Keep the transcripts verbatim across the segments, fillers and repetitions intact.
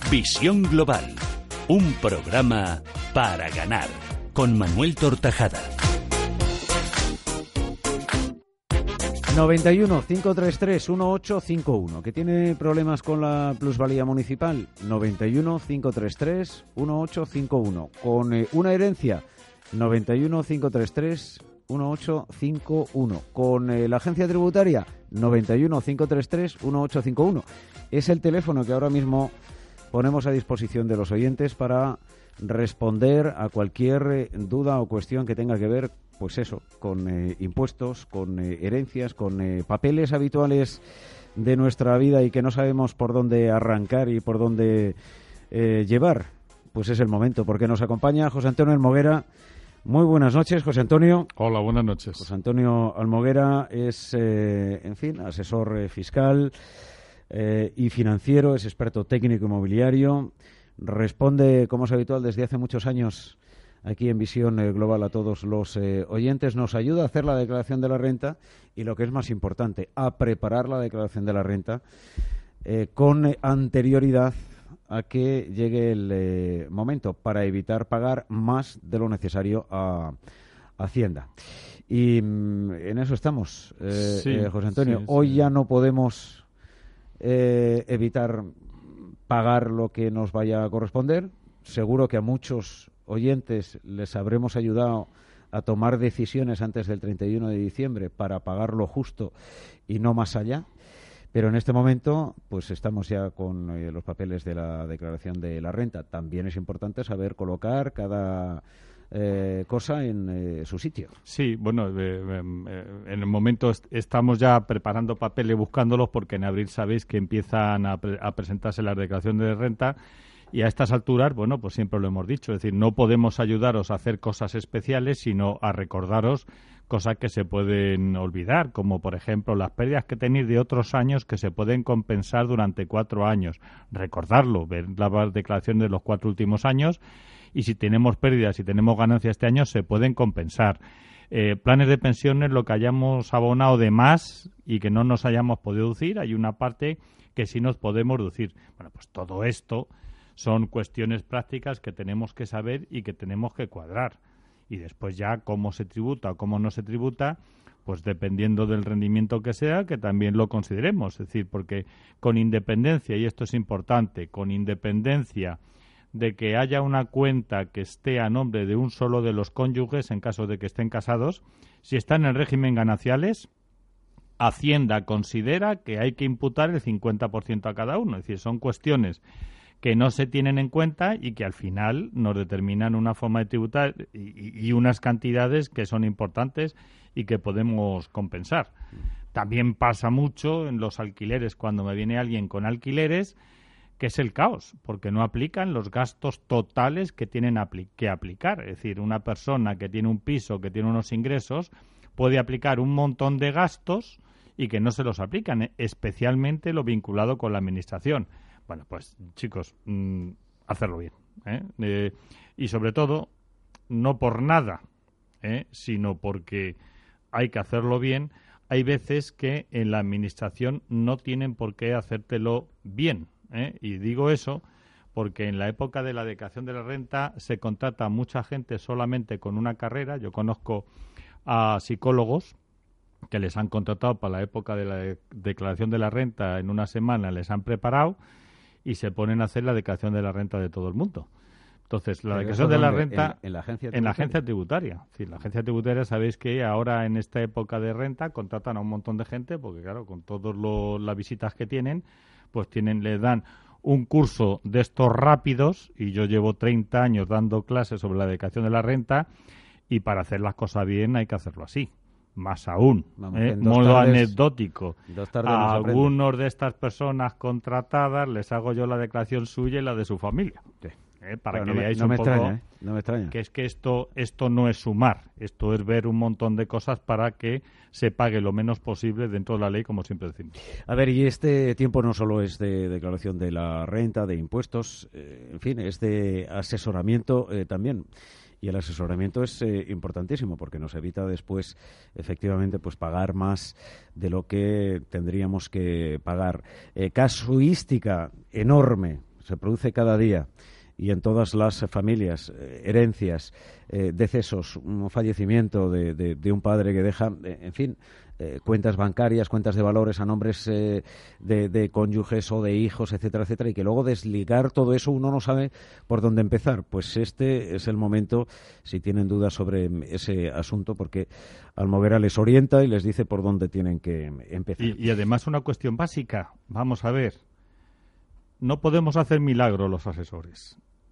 Visión Global, un programa para ganar, con Manuel Tortajada. noventa y uno, cinco tres tres, uno ocho cinco uno. ¿Que tiene problemas con la plusvalía municipal? noventa y uno, cinco tres tres, uno ocho cinco uno. Con eh, una herencia, noventa y uno, cinco tres tres, uno ocho cinco uno. Con eh, la agencia tributaria, noventa y uno, cinco tres tres, uno ocho cinco uno. Es el teléfono que ahora mismo ponemos a disposición de los oyentes para responder a cualquier eh, duda o cuestión que tenga que ver, pues eso, con eh, impuestos, con eh, herencias, con eh, papeles habituales de nuestra vida y que no sabemos por dónde arrancar y por dónde eh, llevar. Pues es el momento, porque nos acompaña José Antonio Almoguera. Muy buenas noches, José Antonio. Hola, buenas noches. José Antonio Almoguera es, eh, en fin, asesor eh, fiscal eh, y financiero, es experto técnico inmobiliario, responde, como es habitual, desde hace muchos años aquí en Visión eh, Global a todos los eh, oyentes, nos ayuda a hacer la declaración de la renta y, lo que es más importante, a preparar la declaración de la renta eh, con eh, anterioridad a que llegue el eh, momento, para evitar pagar más de lo necesario a Hacienda. Y mm, en eso estamos, eh, sí, eh, José Antonio. Sí, Hoy sí. ya no podemos eh, evitar pagar lo que nos vaya a corresponder. Seguro que a muchos oyentes les habremos ayudado a tomar decisiones antes del treinta y uno de diciembre para pagar lo justo y no más allá. Pero en este momento, pues estamos ya con eh, los papeles de la declaración de la renta. También es importante saber colocar cada eh, cosa en eh, su sitio. Sí, bueno, eh, eh, en el momento est- estamos ya preparando papeles, buscándolos, porque en abril sabéis que empiezan a, pre- a presentarse las declaraciones de renta. Y a estas alturas, bueno, pues siempre lo hemos dicho, es decir, no podemos ayudaros a hacer cosas especiales, sino a recordaros cosas que se pueden olvidar, como por ejemplo las pérdidas que tenéis de otros años que se pueden compensar durante cuatro años. Recordarlo, ver la declaración de los cuatro últimos años, y si tenemos pérdidas y tenemos ganancias este año, se pueden compensar. Eh, planes de pensiones, lo que hayamos abonado de más y que no nos hayamos podido deducir, hay una parte que sí nos podemos deducir. Bueno, pues todo esto son cuestiones prácticas que tenemos que saber y que tenemos que cuadrar. Y después ya cómo se tributa o cómo no se tributa, pues dependiendo del rendimiento que sea, que también lo consideremos. Es decir, porque con independencia, y esto es importante, con independencia de que haya una cuenta que esté a nombre de un solo de los cónyuges, en caso de que estén casados, si están en régimen gananciales, Hacienda considera que hay que imputar el cincuenta por ciento a cada uno. Es decir, son cuestiones que no se tienen en cuenta y que al final nos determinan una forma de tributar y, y unas cantidades que son importantes y que podemos compensar. También pasa mucho en los alquileres, cuando me viene alguien con alquileres, que es el caos, porque no aplican los gastos totales que tienen apli- que aplicar. Es decir, una persona que tiene un piso, que tiene unos ingresos, puede aplicar un montón de gastos y que no se los aplican, ¿eh? Especialmente lo vinculado con la administración. Bueno, pues chicos, mmm, hacerlo bien, ¿eh? Eh, y sobre todo, no por nada, ¿eh? sino porque hay que hacerlo bien. Hay veces que en la administración no tienen por qué hacértelo bien, ¿eh? Y digo eso porque en la época de la declaración de la renta se contrata a mucha gente solamente con una carrera. Yo conozco a psicólogos que les han contratado para la época de la de- declaración de la renta, en una semana les han preparado y se ponen a hacer la declaración de la renta de todo el mundo. Entonces, la ¿Pero declaración eso de la dónde? renta ¿En, en la agencia en la tributaria? agencia tributaria. Sí, la agencia tributaria, sabéis que ahora en esta época de renta contratan a un montón de gente, porque claro, con todas las visitas que tienen, pues tienen le dan un curso de estos rápidos, y yo llevo treinta años dando clases sobre la declaración de la renta, y para hacer las cosas bien hay que hacerlo así. Más aún, Vamos, ¿eh? en dos modo tardes- anecdótico. dos tardes A nos aprende. algunos de estas personas contratadas les hago yo la declaración suya y la de su familia. Sí. ¿eh? Para Claro, que no me- veáis no un me poco extraña, ¿eh? No me extraña. que es que esto, esto no es sumar, esto es ver un montón de cosas para que se pague lo menos posible dentro de la ley, como siempre decimos. A ver, y este tiempo no solo es de declaración de la renta, de impuestos, eh, en fin, es de asesoramiento eh, también. Y el asesoramiento es eh, importantísimo, porque nos evita después, efectivamente, pues pagar más de lo que tendríamos que pagar. Eh, casuística enorme, se produce cada día y en todas las familias, eh, herencias, eh, decesos, un fallecimiento de, de, de un padre que deja, eh, en fin, eh, cuentas bancarias, cuentas de valores a nombres eh, de, de cónyuges o de hijos, etcétera, etcétera, y que luego desligar todo eso uno no sabe por dónde empezar. Pues este es el momento, si tienen dudas sobre ese asunto, porque Almoguera les orienta y les dice por dónde tienen que empezar. Y, y además una cuestión básica, vamos a ver, no podemos hacer milagros los asesores.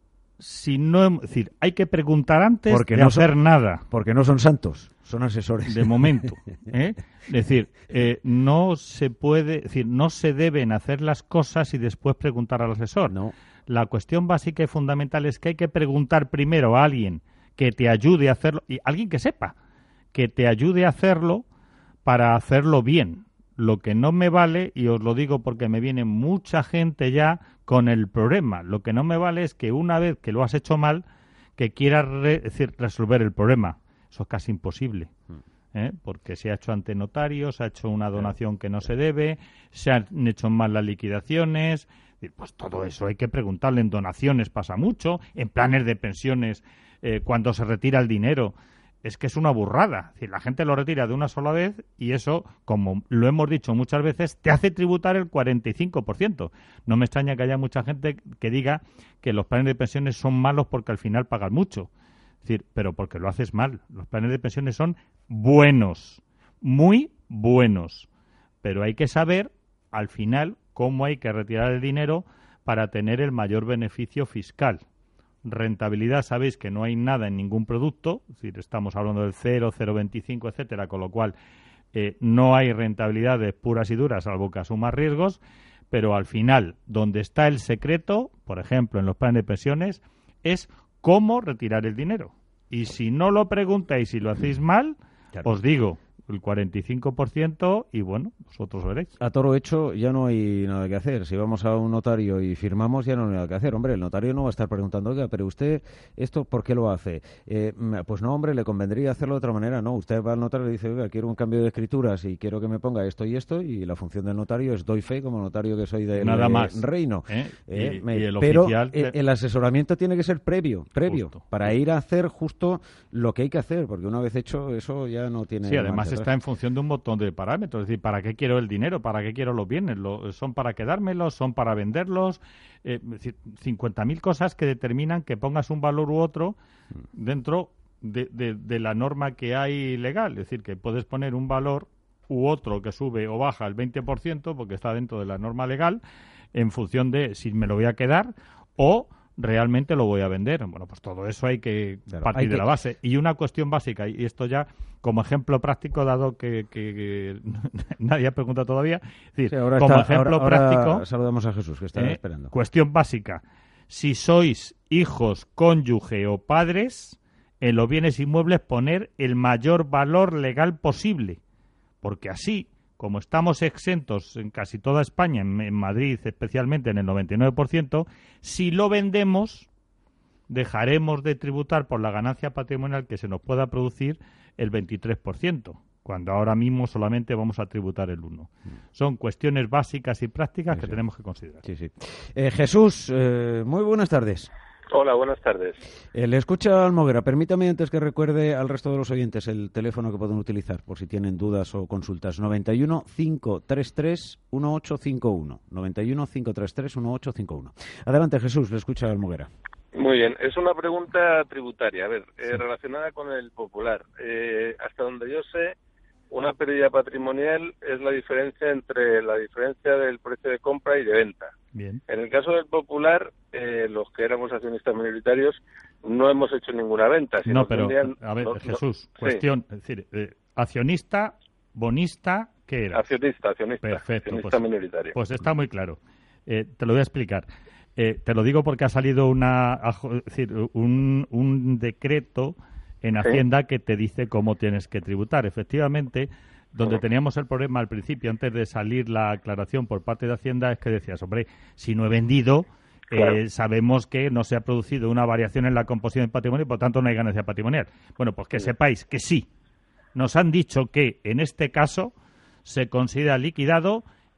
Si no, es decir, hay que preguntar antes porque de no hacer son, nada. Porque no son santos, son asesores. De momento. ¿eh? Es decir, eh, no se puede, es decir, no se deben hacer las cosas y después preguntar al asesor. No. La cuestión básica y fundamental es que hay que preguntar primero a alguien que te ayude a hacerlo, y alguien que sepa, que te ayude a hacerlo para hacerlo bien. Lo que no me vale, y os lo digo porque me viene mucha gente ya con el problema, lo que no me vale es que una vez que lo has hecho mal, que quieras re, es decir, resolver el problema. Eso es casi imposible, ¿eh? Porque se ha hecho ante notarios, se ha hecho una donación que no se debe, se han hecho mal las liquidaciones. Pues todo eso hay que preguntarle. En donaciones pasa mucho, en planes de pensiones, eh, cuando se retira el dinero. Es que es una burrada. Es decir, la gente lo retira de una sola vez y eso, como lo hemos dicho muchas veces, te hace tributar el cuarenta y cinco por ciento. No me extraña que haya mucha gente que diga que los planes de pensiones son malos porque al final pagan mucho. Es decir, pero porque lo haces mal. Los planes de pensiones son buenos, muy buenos. Pero hay que saber, al final, cómo hay que retirar el dinero para tener el mayor beneficio fiscal. Rentabilidad, sabéis que no hay nada en ningún producto, es decir, estamos hablando del cero, cero coma veinticinco, etcétera, con lo cual eh, no hay rentabilidades puras y duras, salvo que asumas riesgos, pero al final, donde está el secreto, por ejemplo, en los planes de pensiones, es cómo retirar el dinero. Y si no lo preguntáis y lo hacéis mal, claro, os digo, el cuarenta y cinco por ciento y bueno, vosotros veréis. A toro hecho ya no hay nada que hacer. Si vamos a un notario y firmamos ya no hay nada que hacer. Hombre, el notario no va a estar preguntando, oiga, pero usted, ¿esto por qué lo hace? Eh, pues no, hombre, le convendría hacerlo de otra manera. No, usted va al notario y le dice, oiga, quiero un cambio de escrituras y quiero que me ponga esto y esto, y la función del notario es doy fe como notario que soy del nada más. reino. ¿Eh? Eh, y, me, y el pero oficial el, el asesoramiento tiene que ser previo, previo, justo, para justo. ir a hacer justo lo que hay que hacer, porque una vez hecho eso ya no tiene... Sí, además está en función de un montón de parámetros, es decir, ¿para qué quiero el dinero? ¿Para qué quiero los bienes? ¿Lo, ¿Son para quedármelos? ¿Son para venderlos? Eh, es decir, cincuenta mil cosas que determinan que pongas un valor u otro dentro de, de, de la norma que hay legal. Es decir, que puedes poner un valor u otro que sube o baja el veinte por ciento porque está dentro de la norma legal en función de si me lo voy a quedar o realmente lo voy a vender. Bueno, pues todo eso hay que claro, partir hay que... de la base. Y una cuestión básica, y esto ya como ejemplo práctico, dado que, que, que nadie ha preguntado todavía, es decir, sí, ahora como está, ejemplo ahora, práctico... Ahora saludamos a Jesús, que está eh, esperando. Cuestión básica. Si sois hijos, cónyuge o padres, en los bienes inmuebles poner el mayor valor legal posible. Porque así, como estamos exentos en casi toda España, en, en Madrid especialmente en el noventa y nueve por ciento, si lo vendemos, dejaremos de tributar por la ganancia patrimonial que se nos pueda producir el veintitrés por ciento, cuando ahora mismo solamente vamos a tributar el uno por ciento. Son cuestiones básicas y prácticas sí, que sí. tenemos que considerar. Sí, sí. Eh, Jesús, eh, muy buenas tardes. Hola, buenas tardes. Eh, le escucha Almoguera. Permítame, antes que recuerde al resto de los oyentes el teléfono que pueden utilizar por si tienen dudas o consultas. noventa y uno, cinco treinta y tres, dieciocho cincuenta y uno. noventa y uno, cinco treinta y tres, dieciocho cincuenta y uno. Adelante, Jesús, le escucha Almoguera. Muy bien, es una pregunta tributaria, a ver, eh, sí. relacionada con el popular. Eh, hasta donde yo sé, una pérdida patrimonial es la diferencia entre la diferencia del precio de compra y de venta. Bien. En el caso del popular, eh, los que éramos accionistas minoritarios no hemos hecho ninguna venta. Si no, pero, vendían, a ver, no, Jesús, no, cuestión, sí. es decir, eh, accionista, bonista, ¿qué era? Accionista, accionista, Perfecto, accionista pues, minoritario. Pues está muy claro. Eh, te lo voy a explicar. Eh, te lo digo porque ha salido una, es decir, un, un decreto en Hacienda ¿Sí? que te dice cómo tienes que tributar. Efectivamente, donde teníamos el problema al principio, antes de salir la aclaración por parte de Hacienda, es que decías, hombre, si no he vendido, claro. eh, sabemos que no se ha producido una variación en la composición del patrimonio y por tanto no hay ganancia patrimonial. Bueno, pues que sí. sepáis que sí. Nos han dicho que en este caso se considera liquidado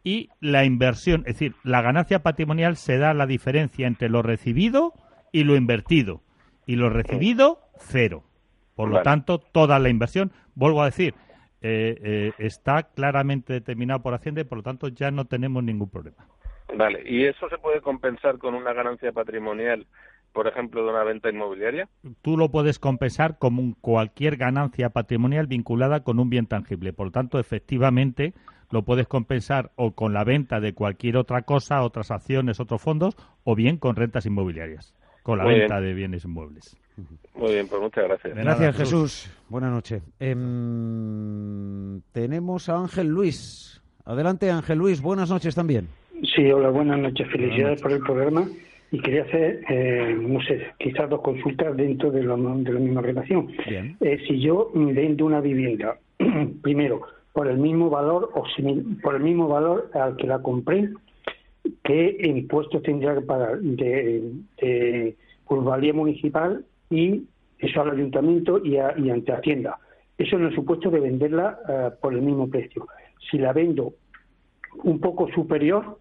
y la inversión, es decir, la ganancia patrimonial se da la diferencia entre lo recibido y lo invertido. Y lo recibido, cero. Por lo Vale. tanto, toda la inversión, vuelvo a decir, eh, eh, está claramente determinado por Hacienda y por lo tanto ya no tenemos ningún problema. Vale, ¿y eso se puede compensar con una ganancia patrimonial, por ejemplo, de una venta inmobiliaria? Tú lo puedes compensar como un- cualquier ganancia patrimonial vinculada con un bien tangible. Por lo tanto, efectivamente, lo puedes compensar o con la venta de cualquier otra cosa, otras acciones, otros fondos, o bien con rentas inmobiliarias, con la Muy venta bien. de bienes inmuebles. Muy bien, pues muchas gracias. De nada, Gracias, Jesús. Jesús. Buenas noches. Em, tenemos a Ángel Luis. Adelante, Ángel Luis. Buenas noches también. Sí, hola, buenas noches. Felicidades Buenas noches. por el programa. Y quería hacer, eh, no sé, quizás dos consultas dentro de, lo, de la misma relación. Bien. Eh, si yo vendo una vivienda, primero, por el mismo valor o simi- por el mismo valor al que la compré, ¿qué impuestos tendría que pagar de, de plusvalía municipal y eso al ayuntamiento y, a, y ante Hacienda? Eso en el supuesto de venderla eh, por el mismo precio. Si la vendo un poco superior,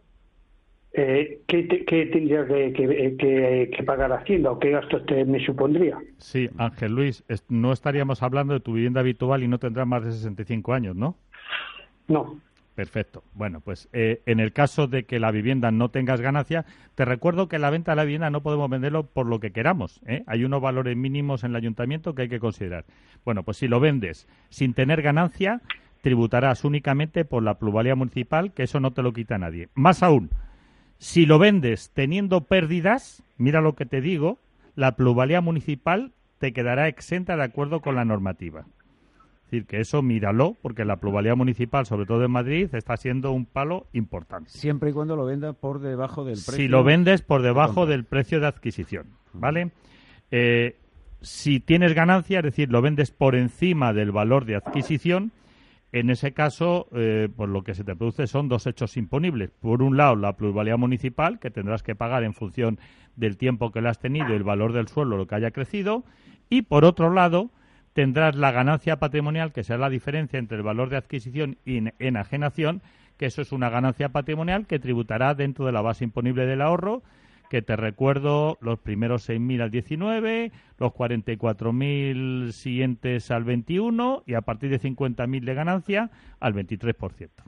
eh, ¿qué, te- qué tendría que, que, que- que pagar Hacienda o qué gastos te- me supondría? Sí, Ángel Luis, es- no estaríamos hablando de tu vivienda habitual y no tendrás más de sesenta y cinco años, ¿no? No. Perfecto. Bueno, pues eh, en el caso de que la vivienda no tengas ganancia, te recuerdo que la venta de la vivienda no podemos venderlo por lo que queramos, ¿eh? Hay unos valores mínimos en el ayuntamiento que hay que considerar. Bueno, pues si lo vendes sin tener ganancia, tributarás únicamente por la plusvalía municipal, que eso no te lo quita nadie. Más aún, si lo vendes teniendo pérdidas, mira lo que te digo, la plusvalía municipal te quedará exenta de acuerdo con la normativa. Es decir, que eso míralo, porque la plusvalía municipal, sobre todo en Madrid, está siendo un palo importante. Siempre y cuando lo venda por debajo del precio. Si lo vendes por de debajo compra. del precio de adquisición, ¿vale? Eh, si tienes ganancia, es decir, lo vendes por encima del valor de adquisición, en ese caso, eh, pues lo que se te produce son dos hechos imponibles. Por un lado, la plusvalía municipal, que tendrás que pagar en función del tiempo que le has tenido y el valor del suelo, lo que haya crecido, y por otro lado, tendrás la ganancia patrimonial, que será la diferencia entre el valor de adquisición y en- enajenación, que eso es una ganancia patrimonial que tributará dentro de la base imponible del ahorro, que te recuerdo los primeros seis mil al diecinueve, los cuarenta y cuatro mil siguientes al veintiuno y a partir de cincuenta mil de ganancia al veintitrés por ciento.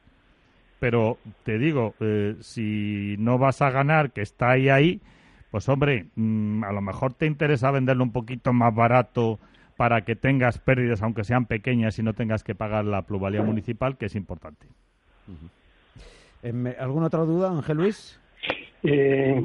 Pero te digo, eh, si no vas a ganar, que está ahí ahí, pues hombre, mm, a lo mejor te interesa venderlo un poquito más barato para que tengas pérdidas, aunque sean pequeñas, y no tengas que pagar la plusvalía municipal, que es importante. Em, ¿Alguna otra duda, Ángel Luis? Eh,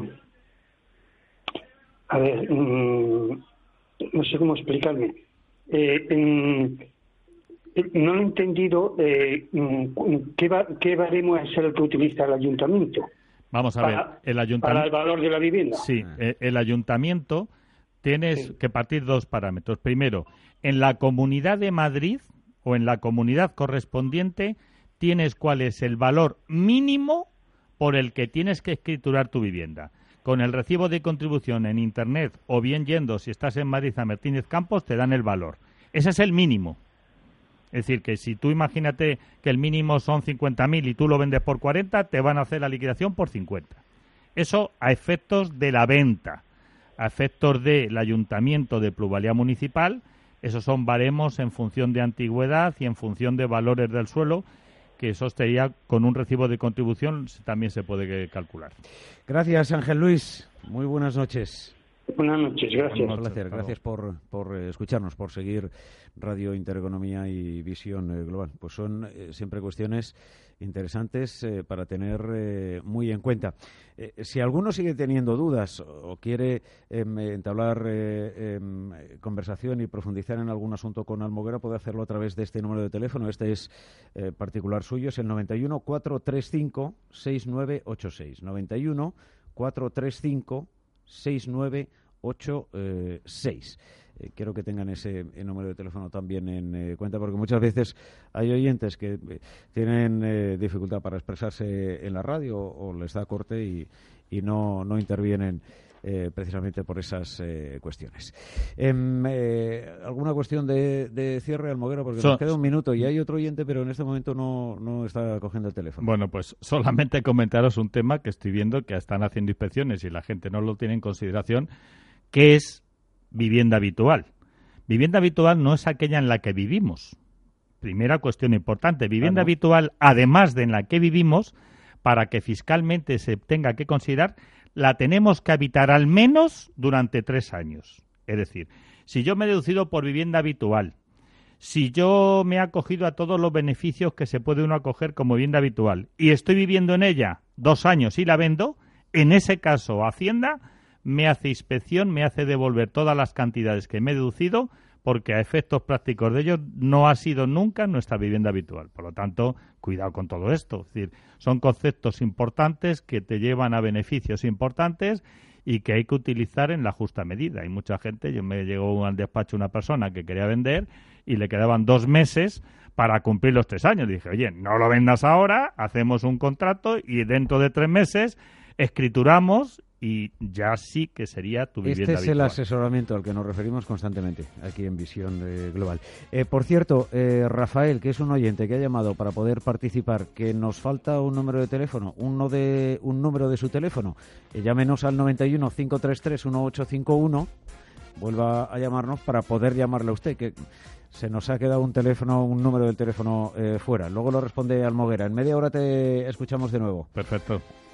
a ver, mm, no sé cómo explicarme. Eh, mm, eh, no he entendido eh, mm, qué, va, qué baremo es el que utiliza el ayuntamiento Vamos a para, ver, el para ayuntamiento... el valor de la vivienda. Sí, eh, el ayuntamiento tienes Sí. que partir dos parámetros. Primero, en la Comunidad de Madrid o en la comunidad correspondiente tienes cuál es el valor mínimo por el que tienes que escriturar tu vivienda. Con el recibo de contribución en Internet o bien yendo, si estás en Madrid, a Martínez Campos, te dan el valor. Ese es el mínimo. Es decir, que si tú imagínate que el mínimo son cincuenta mil y tú lo vendes por cuarenta, te van a hacer la liquidación por cincuenta. Eso a efectos de la venta. A efectos del ayuntamiento de plusvalía municipal, esos son baremos en función de antigüedad y en función de valores del suelo, que eso estaría con un recibo de contribución también se puede calcular. Gracias, Ángel Luis. Muy buenas noches. Buenas noches, gracias. Un placer. Gracias por, por eh, escucharnos, por seguir Radio Intereconomía y Visión eh, Global. Pues son eh, siempre cuestiones interesantes eh, para tener eh, muy en cuenta. Eh, si alguno sigue teniendo dudas o quiere eh, entablar eh, eh, conversación y profundizar en algún asunto con Almoguera, puede hacerlo a través de este número de teléfono. Este es eh, particular suyo, es el noventa y uno, cuatrocientos treinta y cinco, sesenta y nueve ochenta y seis. noventa y uno, cuatrocientos treinta y cinco, sesenta y nueve ochenta y seis. Eh, quiero que tengan ese eh, número de teléfono también en eh, cuenta, porque muchas veces hay oyentes que eh, tienen eh, dificultad para expresarse en la radio o les da corte y, y no, no intervienen eh, precisamente por esas eh, cuestiones. Eh, eh, ¿Alguna cuestión de, de cierre, Almoguera? Porque so, nos queda un minuto y hay otro oyente, pero en este momento no, no está cogiendo el teléfono. Bueno, pues solamente comentaros un tema que estoy viendo que están haciendo inspecciones y la gente no lo tiene en consideración, que es vivienda habitual. Vivienda habitual no es aquella en la que vivimos. Primera cuestión importante. Vivienda claro. habitual, además de en la que vivimos, para que fiscalmente se tenga que considerar, la tenemos que habitar al menos durante tres años. Es decir, si yo me he deducido por vivienda habitual, si yo me he acogido a todos los beneficios que se puede uno acoger como vivienda habitual y estoy viviendo en ella dos años y la vendo, en ese caso Hacienda me hace inspección, me hace devolver todas las cantidades que me he deducido, porque a efectos prácticos de ello no ha sido nunca nuestra vivienda habitual. Por lo tanto, cuidado con todo esto. Es decir, son conceptos importantes que te llevan a beneficios importantes y que hay que utilizar en la justa medida. Hay mucha gente, yo me llegó al despacho una persona que quería vender y le quedaban dos meses para cumplir los tres años. Dije, oye, no lo vendas ahora, hacemos un contrato y dentro de tres meses escrituramos y ya sí que sería tu vivienda habitual. Este es el asesoramiento al que nos referimos constantemente aquí en Visión eh, Global. Eh, por cierto, eh, Rafael, que es un oyente que ha llamado para poder participar, que nos falta un número de teléfono, uno de un número de su teléfono. Eh, llámenos al noventa y uno, cinco tres tres, uno ocho cinco uno. Vuelva a llamarnos para poder llamarle a usted, que se nos ha quedado un teléfono, un número del teléfono eh, fuera. Luego lo responde Almoguera. En media hora te escuchamos de nuevo. Perfecto.